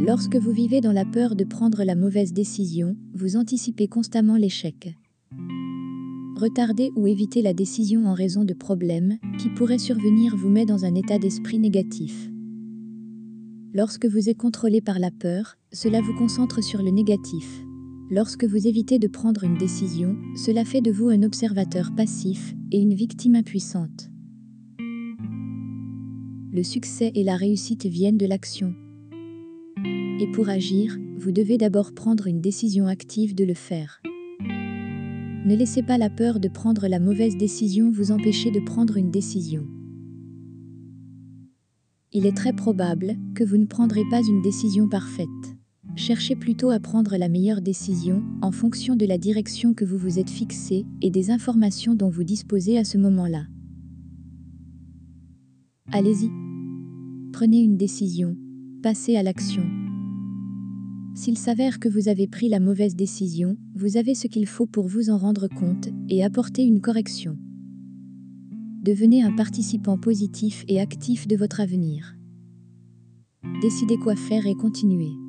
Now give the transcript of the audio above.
Lorsque vous vivez dans la peur de prendre la mauvaise décision, vous anticipez constamment l'échec. Retarder ou éviter la décision en raison de problèmes qui pourraient survenir vous met dans un état d'esprit négatif. Lorsque vous êtes contrôlé par la peur, cela vous concentre sur le négatif. Lorsque vous évitez de prendre une décision, cela fait de vous un observateur passif et une victime impuissante. Le succès et la réussite viennent de l'action. Et pour agir, vous devez d'abord prendre une décision active de le faire. Ne laissez pas la peur de prendre la mauvaise décision vous empêcher de prendre une décision. Il est très probable que vous ne prendrez pas une décision parfaite. Cherchez plutôt à prendre la meilleure décision en fonction de la direction que vous vous êtes fixée et des informations dont vous disposez à ce moment-là. Allez-y. Prenez une décision. Passez à l'action. S'il s'avère que vous avez pris la mauvaise décision, vous avez ce qu'il faut pour vous en rendre compte et apporter une correction. Devenez un participant positif et actif de votre avenir. Décidez quoi faire et continuez.